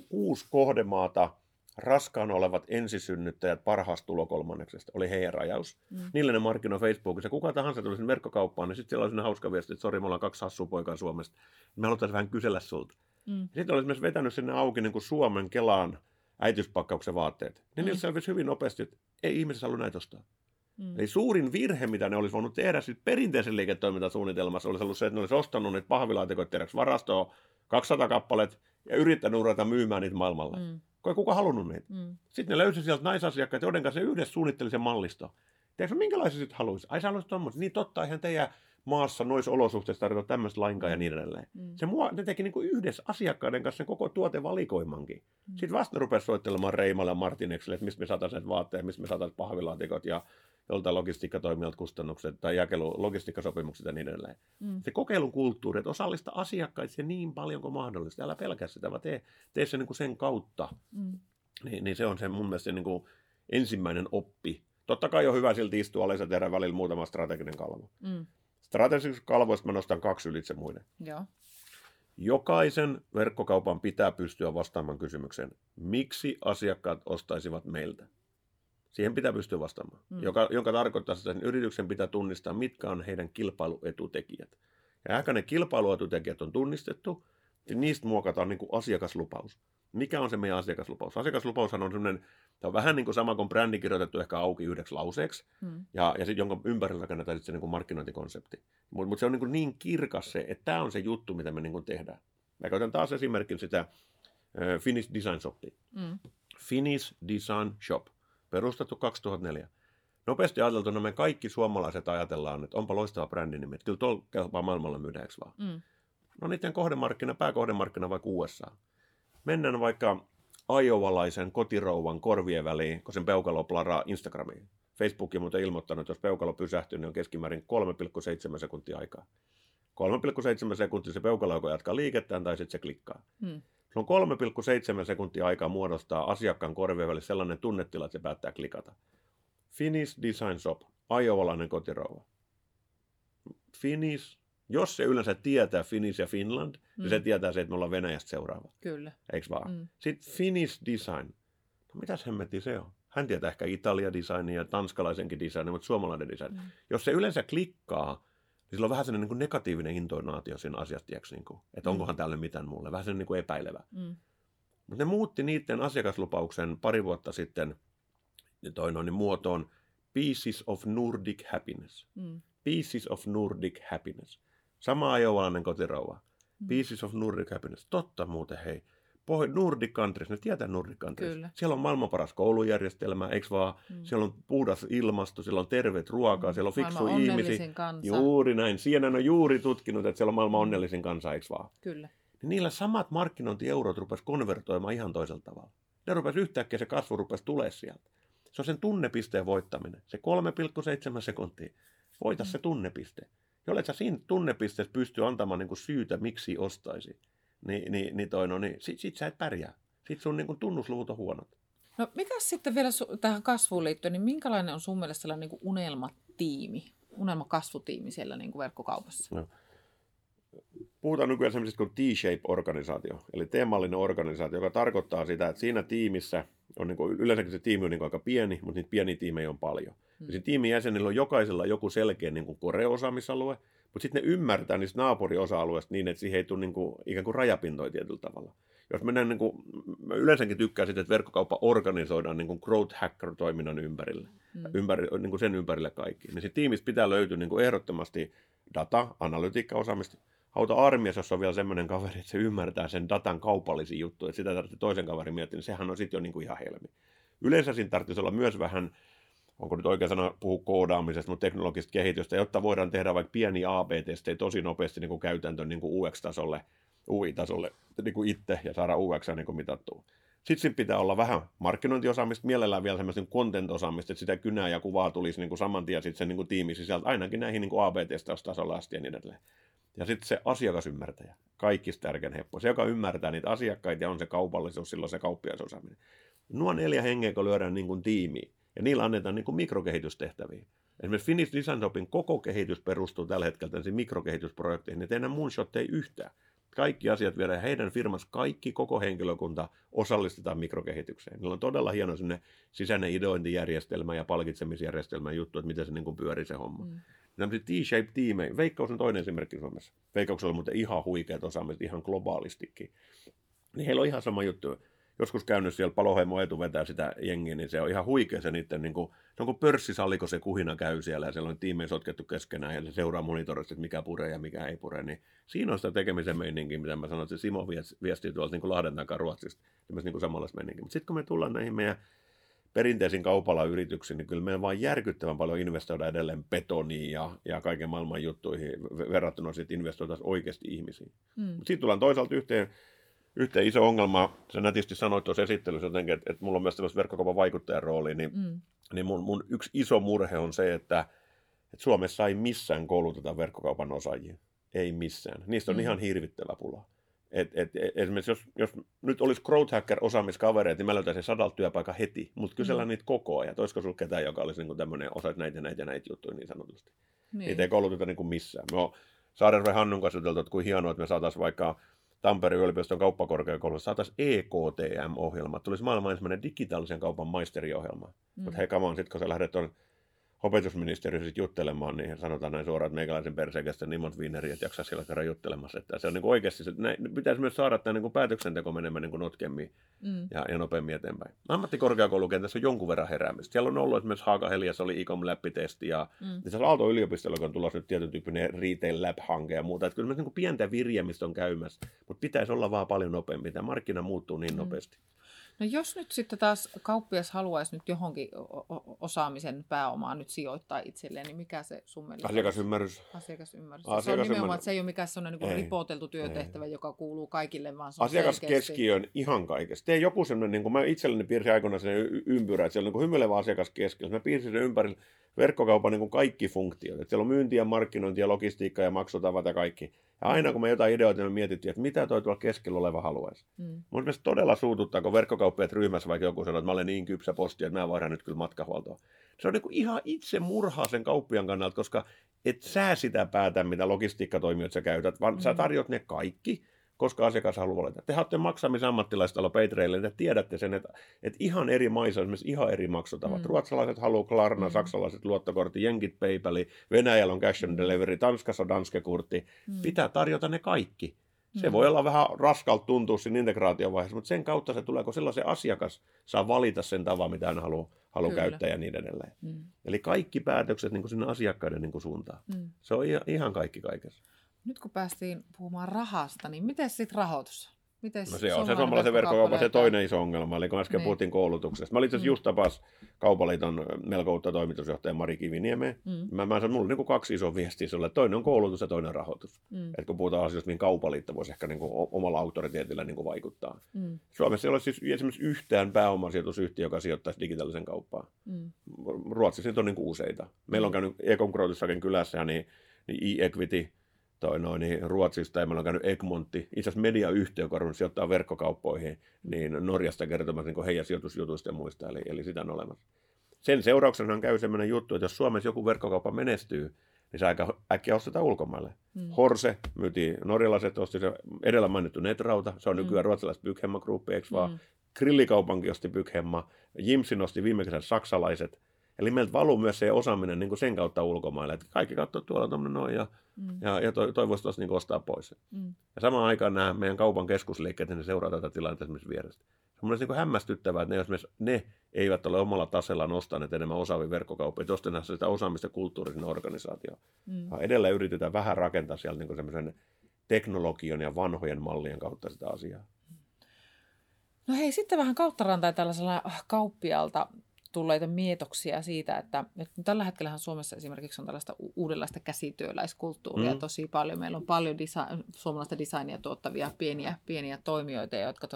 6 kohdemaata, raskaana olevat ensisynnyttäjät parhaasta tulokolmanneksesta, oli heidän rajaus. Niille ne markkinoi Facebookissa. Kuka tahansa tuli sinne verkkokauppaan, niin sitten siellä oli sinne hauska viesti, että sori, me ollaan 2 hassua poikaa Suomesta. Me haluttaisiin vähän kysellä sulta. Sitten olisi myös vetänyt sinne auki niin kuin Suomen Kelaan äitiyspakkauksen vaatteet. Niin niillä selvisi hyvin nopeasti, että ei ihmiset halua näitä ostaa. Eli suurin virhe, mitä ne olisi voinut tehdä sitten perinteisen liiketoimintasuunnitelmassa, olisi ollut se, että ne olisi ostanut niitä pahvilaatikoita tehdäksi varastoon 200 kappaleet ja yrittänyt ruveta myymään niitä maailmalle. Kuka halunnut niitä? Sitten ne löysi sieltä naisasiakkaita, joiden kanssa ne yhdessä suunnitteli sen mallisto. Tiedätkö, minkälaisia sitten haluaisi? Ai sä haluaisit tommoista. Niin totta, eihän teidän maassa noissa olosuhteissa tarvita tämmöistä lainkaan ja niin edelleen. Ne teki niin kuin yhdessä asiakkaiden kanssa sen koko tuotevalikoimankin. Sitten vasta ne rupesi soittelemaan Reimalle ja Martinekselle, että mistä me saataisiin vaatteet, mistä me saataisiin pahvilaatikot ja joltain logistiikkatoimijalta kustannukset tai logistiikkasopimukset ja niin edelleen. Se kokeilun kulttuuri, että osallista asiakkaita se niin paljon kuin mahdollista. Älä pelkää sitä, vaan tee se niin kuin sen kautta. Niin se on se mun mielestä se niin kuin ensimmäinen oppi. Totta kai on hyvä silti istua alas ja tehdä välillä muutama strateginen kalvo. Strategisista kalvoista mä nostan 2 ylitse muiden. Joo. Jokaisen verkkokaupan pitää pystyä vastaamaan kysymykseen, miksi asiakkaat ostaisivat meiltä. Siihen pitää pystyä vastaamaan, jonka tarkoittaa, että sen yrityksen pitää tunnistaa, mitkä on heidän kilpailuetutekijät. Ja ehkä ne kilpailuetutekijät on tunnistettu, niistä muokataan niin kuin asiakaslupaus. Mikä on se meidän asiakaslupaus? Asiakaslupaushan on semmoinen, tämä on vähän niin kuin sama kuin brändi kirjoitettu ehkä auki yhdeksi lauseeksi, ja sitten jonka ympärillä rakennetaan sitten se niin kuin markkinointikonsepti. Mutta se on niin kirkas se, että tämä on se juttu, mitä me niin kuin tehdään. Mä käytän taas esimerkiksi sitä Finnish Design Shopia. Finnish Design Shop, perustettu 2004. Nopeasti ajateltuna me kaikki suomalaiset ajatellaan, että onpa loistava brändinimi, että kyllä tuolla kelpaa maailmalla myydä, eikö vaan? No niiden pääkohdemarkkina vaikka USA. Mennään vaikka iowalaisen kotirouvan korvien väliin, kun sen peukalo plaraa Instagramiin. Facebook on muuten ilmoittanut, että jos peukalo pysähtyy, niin on keskimäärin 3,7 sekuntia aikaa. 3,7 sekuntia se peukalo joko jatkaa liikettään tai sitten se klikkaa. Se on 3,7 sekuntia aikaa muodostaa asiakkaan korvien väliin sellainen tunnetila, että se päättää klikata. Finnish Design Shop, iowalainen kotirouva. Finnish, jos se yleensä tietää Finnish ja Finland, niin se tietää se, että me ollaan Venäjästä seuraava. Kyllä. Eiks vaan? Sitten Finnish Design. No mitäs hemmetti se on? Hän tietää ehkä Italia designia ja tanskalaisenkin designia, mutta suomalainen design. Jos se yleensä klikkaa, niin sillä on vähän sellainen niin negatiivinen intonaatio siinä asiasta, että onkohan täällä mitään mulle. Vähän sellainen niin epäilevä. Mutta ne muutti niiden asiakaslupauksen pari vuotta sitten muotoon Pieces of Nordic Happiness. Pieces of Nordic Happiness. Sama iowalainen kotirouva. Pieces of Nordic Happiness. Totta muuten, hei. Nordic Countries, ne tietää Nordic Countries. Kyllä. Siellä on maailman paras koulujärjestelmä, eikö vaan? Siellä on puhdas ilmasto, siellä on terveet ruokaa, siellä on fiksu ihmisiä. Juuri näin. CNN on juuri tutkinut, että siellä on maailman onnellisin kansa, eikö vaan? Kyllä. Niin niillä samat markkinointieurot rupesi konvertoimaan ihan toisella tavalla. Ne rupesi yhtäkkiä, se kasvu rupesi tulemaan sieltä. Se on sen tunnepisteen voittaminen. Se 3,7 sekuntia. Voita se tunnepiste. Jollet sä siinä tunnepisteessä pystyy antamaan niin kuin syytä, miksi ostaisi, niin sit sä et pärjää. Sit sun niin kuin tunnusluvut on huonot. No mitäs sitten vielä tähän kasvuun liittyen, niin minkälainen on sun mielestä sellainen niin kuin unelmakasvutiimi siellä niin kuin verkkokaupassa? No. Puhutaan nykyään sellaisesta kuin T-shape-organisaatio, eli teemallinen organisaatio, joka tarkoittaa sitä, että siinä tiimissä on niin kuin, yleensäkin se tiimi on niin kuin aika pieni, mutta niitä pieniä tiimejä on paljon. Ja siinä tiimin jäsenillä on jokaisella joku selkeä niin kuin core-osaamisalue, mutta sitten ne ymmärtää niistä naapuriosa-alueista niin, että siihen ei tule niin kuin, ikään kuin rajapintoja tietyllä tavalla. Jos mennään, niin kuin, mä yleensäkin tykkään sitä, että verkkokauppa organisoidaan niin kuin growth hacker-toiminnan ympärille, niin kuin sen ympärille kaikki. Niin se tiimistä pitää löytyä niin kuin ehdottomasti data, analytiikka-osaamista. Auta armiassa, jos on vielä semmoinen kaveri, että se ymmärtää sen datan kaupallisia juttuja, että sitä tarvitsee toisen kaverin miettiä, niin sehän on sitten jo niin kuin ihan helmi. Yleensä siinä tarvitsisi olla myös vähän, onko nyt oikein sana puhua koodaamisesta, mutta teknologista kehitystä, jotta voidaan tehdä vaikka pieniä AB-testejä tosi nopeasti niin kuin käytäntöön niin kuin UX-tasolle, UI-tasolle niin kuin itse ja saada UX niin kuin mitattua. Sitten siinä pitää olla vähän markkinointiosaamista, mielellään vielä semmoista content-osaamista, että sitä kynää ja kuvaa tulisi niin kuin saman tien sitten sen niin kuin tiimin sisältä, ainakin näihin niin kuin AB-testaustasolla asti ja niin edelleen. Ja sitten se asiakasymmärtäjä, kaikista tärkein heppo, se joka ymmärtää niitä asiakkaita ja on se kaupallisuus, silloin se kauppiaisosaaminen. Nuo 4 hengeä, kun lyödään niin kuin tiimiin ja niillä annetaan niin kuin mikrokehitystehtäviä. Esimerkiksi Finnish Design Shopin koko kehitys perustuu tällä hetkellä tällaisiin mikrokehitysprojekteihin, niin tehdään moonshotteja yhtään. Kaikki asiat viedään heidän firmassa, koko henkilökunta osallistetaan mikrokehitykseen. Niillä on todella hieno sisäinen ideointijärjestelmä ja palkitsemisjärjestelmä juttu, että miten se niin kuin pyörii se homma. Tämmöisiä T-shape-tiimejä. Veikkaus on toinen esimerkki Suomessa. Veikkauksella on muuten ihan huikeat osaamiset, ihan globaalistikin. Niin heillä on ihan sama juttu. Joskus käynyt siellä Paloheimo Eetu vetää sitä jengiä, niin se on ihan huikea se niiden, niin kuin, se on kuin pörssisalli, kun se kuhina käy siellä ja siellä on tiimejä sotkettu keskenään ja se seuraa monitorista, että mikä puree ja mikä ei pure. Niin siinä on sitä tekemisen meininkiä, mitä mä sanoin, että se Simo viestii tuolta niin kuin Lahden takaa Ruotsista, niin kuin samanlaista meininkiä. Mutta sitten kun me tullaan näihin meidän perinteisiin kaupalla-yrityksiin, niin kyllä meidän vaan järkyttävän paljon investoida edelleen betoniin ja kaiken maailman juttuihin verrattuna sitten investoitaisiin oikeasti ihmisiin. Sitten tullaan toisaalta yhteen iso ongelma, sä nätisti sanoit tuossa esittelyssä jotenkin, että mulla on myös tämmöistä verkkokaupan vaikuttajan rooli, niin mun yksi iso murhe on se, että Suomessa ei missään kouluteta verkkokaupan osaajia. Ei missään. Niistä on ihan hirvittävä pula. Esimerkiksi jos nyt olisi growth hacker osaamiskavereita, niin mä löytäisin 100 työpaikan heti, mutta kysellään niitä koko ajan. Olisiko sulla ketään, joka olisi niin tämmöinen osaisi näitä juttuja niin sanotusti. Niin. Niitä ei kouluteta niin kuin missään. Me on Saarenjärven Hannun kanssa juteltu, että kuin hienoa, että me saataisiin vaikka Tampereen yliopiston kauppakorkeakoulussa saataisiin EKTM-ohjelma. Tulisi maailman ensimmäinen digitaalisen kaupan maisteriohjelma. Mutta hei, come on, sitten kun sä lähdet opetusministeriö sitten juttelemaan, niin sanotaan näin suoraan, että meikäläisen perseikästä niin monta viineriä, että jaksaa siellä kerran juttelemassa. Että se on niin kuin oikeasti, pitäisi myös saada tämä niin kuin päätöksenteko menemään niin kuin notkemmin ja nopeammin eteenpäin. Ammattikorkeakoulukentässä on jonkun verran heräämistä. Siellä on ollut esimerkiksi Haaga-Heliassa oli ICOM-läppitesti ja tässä Aalto-yliopistolla on tulossa nyt tietyn tyyppinen Retail Lab-hanke ja muuta. Että kyllä niin kuin pientä virjemistä on käymässä, mutta pitäisi olla vaan paljon nopeammin. Tämä markkina muuttuu niin nopeasti. No jos nyt sitten taas kauppias haluaisi nyt johonkin osaamisen pääomaa nyt sijoittaa itselleen, niin mikä se sun mielestä Asiakasymmärrys. Se on nimenomaan, että se ei ole mikään sellainen niin ripoteltu työtehtävä, joka kuuluu kaikille, vaan se on asiakaskeskiö ihan kaikessa. Tee joku sellainen, niin kuin mä itselleni piirsin aikoinaan sen ympyrä, että siellä on niin hymyilevä asiakaskeskiö. Mä piirsin sen ympärille verkkokaupan niin kuin kaikki funktiot. Että siellä on myyntiä, markkinointia, logistiikkaa ja maksutavat ja kaikki. Ja aina kun me jotain ideoita, me mietittiin, että mitä toi tuolla keskellä oleva haluaisi. Mun mielestä todella suututtaa, kun verkkokauppiaat ryhmässä vaikka joku sanoo, että mä olen niin kypsä posti, että mä vaihdan nyt kyllä matkahuoltoa. Se on niin kuin ihan itse murhaa sen kauppiaan kannalta, koska et sä sitä päätä, mitä logistiikkatoimijoita sä käytät, vaan sä tarjot ne kaikki, koska asiakas haluaa valita. Te olette maksamisammattilaista Patreille, te tiedätte sen, että ihan eri maissa on esimerkiksi ihan eri maksutavat. Ruotsalaiset haluaa Klarna, saksalaiset luottokortti, jenkit PayPali, Venäjällä on cash and delivery, Tanskassa Danske-kortti. Pitää tarjota ne kaikki. Se voi olla vähän raskalta tuntua siinä integraatiovaiheessa, mutta sen kautta se tulee, kun sellaisen asiakas saa valita sen tavan, mitä hän haluaa käyttää ja niin edelleen. Eli kaikki päätökset niin kuin sinne asiakkaiden niin kuin suuntaan. Se on ihan kaikki kaikessa. Nyt kun päästiin puhumaan rahasta, niin miten sitten rahoitus? No se on se suomalaisen verkkokaupan se toinen iso ongelma, eli kun äsken puhuttiin koulutuksesta. Mä olin itse asiassa just tapas Kaupaliiton melko uutta toimitusjohtaja Mari Kiviniemeä. Mä sanoin, mulla on niin 2 isoa viestiä sulle. Toinen on koulutus ja toinen on rahoitus. Että kun puhutaan asioista, niin Kaupaliitto voisi ehkä niin kuin omalla auktoriteetillä niin kuin vaikuttaa. Suomessa ei ole siis esimerkiksi yhtään pääomasijoitusyhtiö, joka sijoittaisi digitaalisen kauppaan. Ruotsissa niitä on niin kuin useita. Meillä on käynyt Ekonkrootissakin kylässä niin e-equity, Ruotsista, ja meillä on käynyt Egmontti, itse asiassa mediayhtiö, joka sijoittaa verkkokauppoihin, niin Norjasta kertomassa niin heidän sijoitusjutuista ja muista, eli sitä on olemassa. Sen seurauksena käy sellainen juttu, että jos Suomessa joku verkkokauppa menestyy, niin se aika äkkiä ostetaan ulkomaille. Horse myytiin, norjalaiset osti se edellä mainittu Netrauta, se on nykyään ruotsalaiset Bygghemma Group, eikö vaan? Grillikaupankin osti Bygghemma, Jimsin osti viime kesän saksalaiset. Eli meiltä valuu myös se osaaminen niin kuin sen kautta ulkomaille, että kaikki katsoo tuolla tuommoinen noin ja toivoisi tuossa niin ostaa pois. Ja samaan aikaan nämä meidän kaupan keskusliikkeet, ne seuraa tätä tilannetta esimerkiksi vierestä. Se on niin hämmästyttävää, että ne eivät ole omalla tasellaan ostaneet enemmän osaavia verkkokauppoja, että ostaneet sitä osaamista kulttuurisen organisaatioon. Edelleen yritetään vähän rakentaa sieltä niin semmoisen teknologian ja vanhojen mallien kautta sitä asiaa. No hei, sitten vähän kauttarantain tällaisella kauppialta tulleita mietoksia siitä, että tällä hetkellähän Suomessa esimerkiksi on tällaista uudenlaista käsityöläiskulttuuria tosi paljon. Meillä on paljon suomalaista designia tuottavia pieniä toimijoita, jotka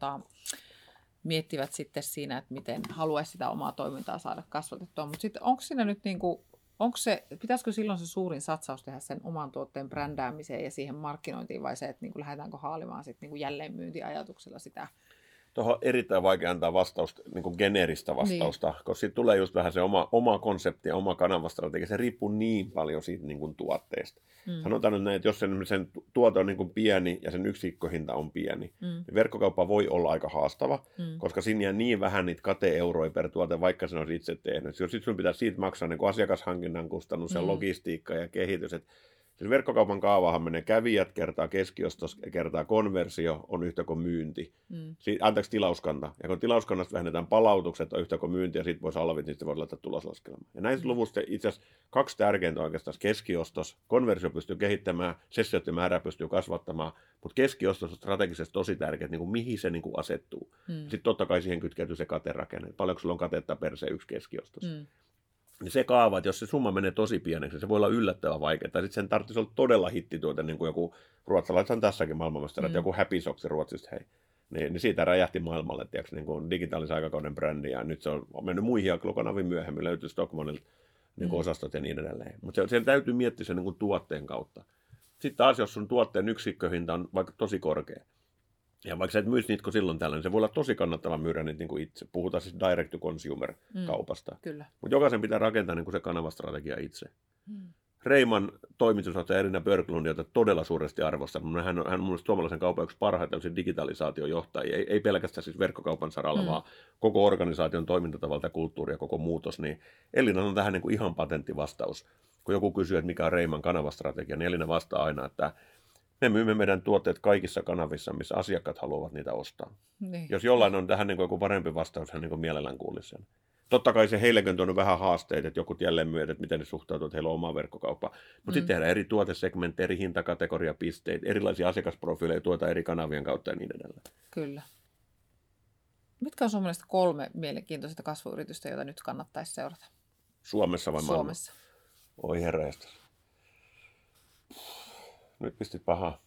miettivät sitten siinä, että miten haluaisi sitä omaa toimintaa saada kasvatettua. Mutta sitten onko siinä nyt pitäisikö silloin se suurin satsaus tehdä sen oman tuotteen brändäämiseen ja siihen markkinointiin vai se, että lähdetäänkö haalimaan sitten jälleenmyyntiajatuksella sitä? Tuohon on erittäin vaikea antaa vastausta, niin kuin geneeristä vastausta, koska siitä tulee just vähän se oma konsepti ja oma kanavastrategia. Se riippuu niin paljon siitä niin kuin tuotteesta. Sanotaan nyt näin, että jos sen tuote on niin kuin pieni ja sen yksikköhinta on pieni, niin verkkokauppa voi olla aika haastava, koska siinä jää niin vähän niitä kate-euroja per tuote, vaikka sen olisi itse tehnyt. Jos sitten pitää siitä maksaa niin kuin asiakashankinnan kustannus ja logistiikka ja kehitys, siis verkkokaupan kaavahan menee kävijät kertaa keskiostos kertaa konversio on yhtä kuin myynti. Tilauskanta. Ja kun tilauskannasta vähennetään palautukset on yhtä kuin myynti ja sitten voisi alvit, niin sitten voi laittaa tuloslaskelma. Ja näistä luvusta itse asiassa 2 tärkeintä oikeastaan keskiostos. Konversio pystyy kehittämään, sessioiden määrää pystyy kasvattamaan, mutta keskiostos on strategisesti tosi tärkeää, että niin kuin mihin se niin kuin asettuu. Sitten totta kai siihen kytkeytyy se katerakenne. Paljonko sulla on katetta per se yksi keskiostos. Niin se kaava, että jos se summa menee tosi pieneksi, se voi olla yllättävän vaikeaa. Sitten sen tarvitsisi olla todella hittituote, niin kuin joku ruotsalaiset tässäkin maailmanmestarat, joku Happy Socks Ruotsista, hei. Niin siitä räjähti maailmalle, tiiäks, niin kuin digitaalisen aikakauden brändi, ja nyt se on mennyt muihin jakelukanaviin myöhemmin, löytyy Stockmannilta niin kuin osastot ja niin edelleen. Mutta sen täytyy miettiä sen niin kuin tuotteen kautta. Sitten taas, jos sun tuotteen yksikköhinta on vaikka tosi korkea, ja vaikka sä et myisi niitä silloin tällöin, se voi olla tosi kannattava myydä niitä niin kuin itse. Puhutaan siis direct to consumer kaupasta. Mutta jokaisen pitää rakentaa niin kuin se kanavastrategia itse. Reiman toimitusjohtaja Elina Björklund, jota todella suuresti arvostan. Hän on mun mielestä suomalaisen kaupan yksi parhaita digitalisaatiojohtajia, ei pelkästään siis verkkokaupan saralla, vaan koko organisaation toimintatavalta, kulttuuri ja koko muutos. Niin Elina on tähän niin kuin ihan patenttivastaus. Kun joku kysyy, että mikä on Reiman kanavastrategia, niin Elina vastaa aina, että me myymme meidän tuotteet kaikissa kanavissa, missä asiakkaat haluavat niitä ostaa. Niin. Jos jollain on tähän niin kuin joku parempi vastaus, hän niin kuin mielellään kuulisi sen. Totta kai se heillekin on tuonut vähän haasteita, että joku jälleen myötä, että miten ne suhtautuu, että heillä on oma verkkokauppa. Mutta sitten tehdään eri tuotesegmenttejä, eri hintakategoriapisteitä, erilaisia asiakasprofiileja tuota eri kanavien kautta ja niin edelleen. Kyllä. Mitkä on sun mielestä 3 mielenkiintoista kasvuyritystä, joita nyt kannattaisi seurata? Suomessa vai maailmassa? Suomessa. Oi herraistas. Nyt pistit pahaa.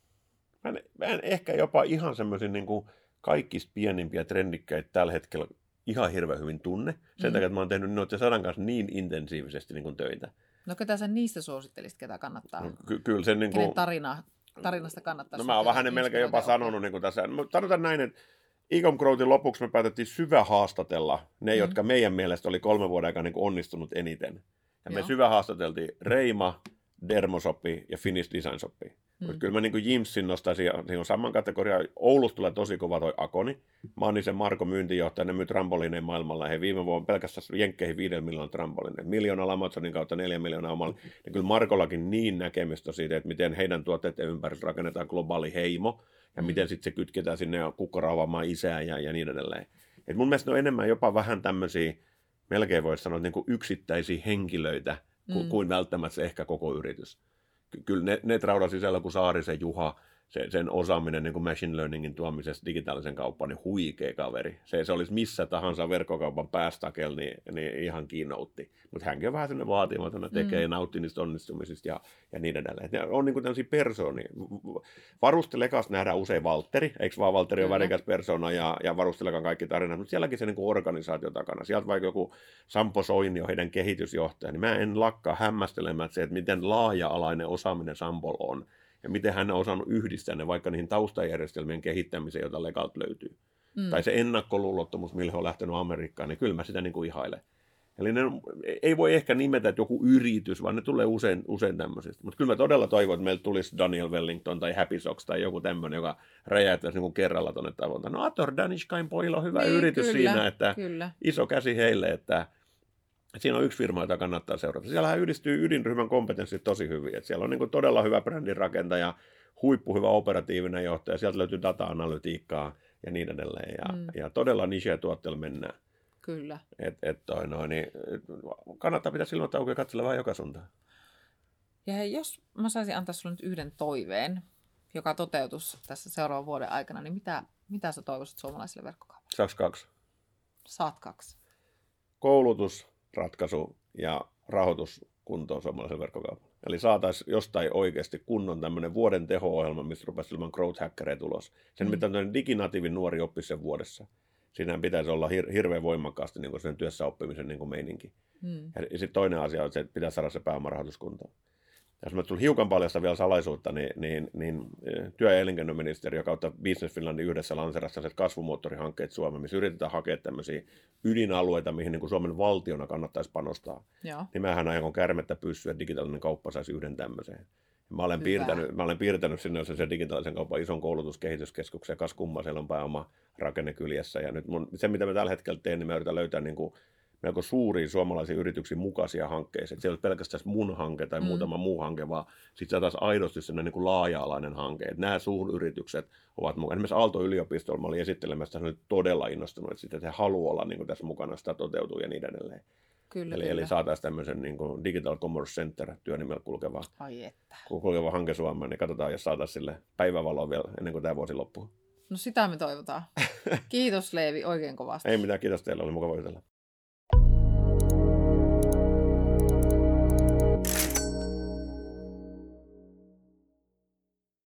Mä en ehkä jopa ihan semmoisia niin kuin kaikista pienimpiä trendikkäitä tällä hetkellä ihan hirveän hyvin tunne. Sen takia, että mä oon tehnyt noiden 100 kanssa niin intensiivisesti niin kuin töitä. No ketä sä niistä suosittelisit, ketä kannattaa? No, kyllä sen niin kuin... tarinasta kannattaa. No mä oon vähän melkein jopa sanonut niin kuin tässä. Sanotaan näin, että Ecom Growthin lopuksi me päätettiin syvä haastatella ne, jotka meidän mielestä oli 3 vuoden aikana niin kuin onnistunut eniten. Ja me syvä haastateltiin Reima, Dermoshoppi ja Finnish Design Shoppi. Kyllä mä niin kuin Jimsin nostaisin siihen saman kategoriaan. Oulusta tulee tosi kova toi Akoni. Mä oon niin sen Marko myyntijohtaja, ne myy trampolineja maailmalla. He viime vuonna pelkästään jenkkeihin 5 miljoonan trampolineja. 1 miljoonaa Amazonin kautta 4 miljoonaa omalla. Ja kyllä Markollakin niin näkemystä siitä, että miten heidän tuotteiden ympärillä rakennetaan globaali heimo. Ja miten sitten se kytketään sinne kukkarauvamaan isään ja niin edelleen. Et mun mielestä ne on enemmän jopa vähän tämmöisiä, melkein voisi sanoa, niin kuin yksittäisiä henkilöitä, kuin välttämättä se ehkä koko yritys. Kyllä ne raudan sisällä, kun Saarisen Juha, sen osaaminen niin kuin machine learningin tuomisesta digitaalisen kauppaan, niin huikea kaveri. Se olisi missä tahansa verkkokaupan päästakel, niin ihan kiinoutti. Mutta hänkin on vähän sellainen vaatimaton, tekee ja nauttii niistä onnistumisista ja niin edelleen. Ne on niin kuin tämmöisiä persoonia. Varustelekas nähdään usein Valtteri, eikö vaan Valtteri on värikäs persona ja Varustelekan kaikki tarinat, mutta sielläkin se niin kuin organisaatio takana. Sieltä vaikka joku Sampo Soini on heidän kehitysjohtaja, niin mä en lakkaa hämmästelemään se, että miten laaja-alainen osaaminen Sampolla on. Ja miten hän on osannut yhdistää ne vaikka niihin taustajärjestelmien kehittämiseen, joita Legalta löytyy. Tai se ennakkoluulottomuus, millä he on lähtenyt Amerikkaan, niin kyllä mä sitä niin kuin ihailen. Eli ne ei voi ehkä nimetä, että joku yritys, vaan ne tulee usein tämmöisistä. Mutta kyllä mä todella toivon, että meillä tulisi Daniel Wellington tai Happy Socks tai joku tämmöinen, joka räjäyttäisi niin kuin kerralla tuonne tavoitteen. No Ator Danishkain pojilla on hyvä yritys kyllä, siinä, että iso käsi heille, että siinä on yksi firma, jota kannattaa seurata. Siellähän yhdistyy ydinryhmän kompetenssit tosi hyvin. Että siellä on niin kuin todella hyvä brändin rakentaja, huippuhyvä operatiivinen johtaja, sieltä löytyy data-analytiikkaa ja niin edelleen. Ja todella niche-tuotteella mennään. Kyllä. Niin kannattaa pitää silmät auki ja katsella vähän joka suuntaan. Ja hei, jos mä saisin antaa sulle nyt yhden toiveen, joka toteutus tässä seuraavan vuoden aikana, niin mitä sä toivoisit suomalaisille verkkokaupalle? Saaks 2? Saat 2. Koulutus, ratkaisu ja rahoitus kuntoon suomalaisen verkkokaupan. Eli saataisiin jostain oikeasti kunnon tämmöinen vuoden teho-ohjelma, missä rupesi ilman growth hackereja tulos. Sen mitä tämmöinen diginatiivin nuori oppisi sen vuodessa. Siinähän pitäisi olla hirveän voimakkaasti niin sen työssä oppimisen niin meininki. Ja sitten toinen asia on se, että pitää saada se pääomarahoitus kuntoon. Jos mä tuli hiukan paljasta vielä salaisuutta, niin työ- ja elinkeinoministeriö kautta Business Finlandin yhdessä lanserassa kasvumoottorihankkeet Suomeen, missä yritetään hakea tämmöisiä ydinalueita, mihin niin kuin Suomen valtiona kannattaisi panostaa. Niin mähän aion kärmettä pyssyä, että digitaalinen kauppa saisi yhden tämmöiseen. Mä olen piirtänyt sinne se digitaalisen kaupan ison koulutuskehityskeskuksen, ja kas kumma, siellä on pääoma rakenne kyljessä. Ja nyt se, mitä mä tällä hetkellä teen, niin mä yritän löytää niin kuin melko suuria suomalaisia yrityksiä mukaisia hankkeita. Se ei ole pelkästään mun hanke tai muutama muu hanke, vaan sitten se taas aidosti sellainen niin kuin laaja-alainen hanke. Että nämä suuryritykset ovat mukana. Esimerkiksi Aalto-yliopistolla mä olin esittelemässä, että todella innostunut, että he haluavat olla niin kuin tässä mukana, sitä toteutuu ja niin edelleen. Kyllä. Eli saataisiin tämmöisen niin kuin Digital Commerce Center työnimellä kulkeva hanke Suomeen, niin katsotaan, jos saataisiin sille päivävaloa vielä ennen kuin tämä vuosi loppuu. No sitä me toivotaan. Kiitos Leevi oikein kovasti. Ei mitään, kiitos teille, oli mukava jutella.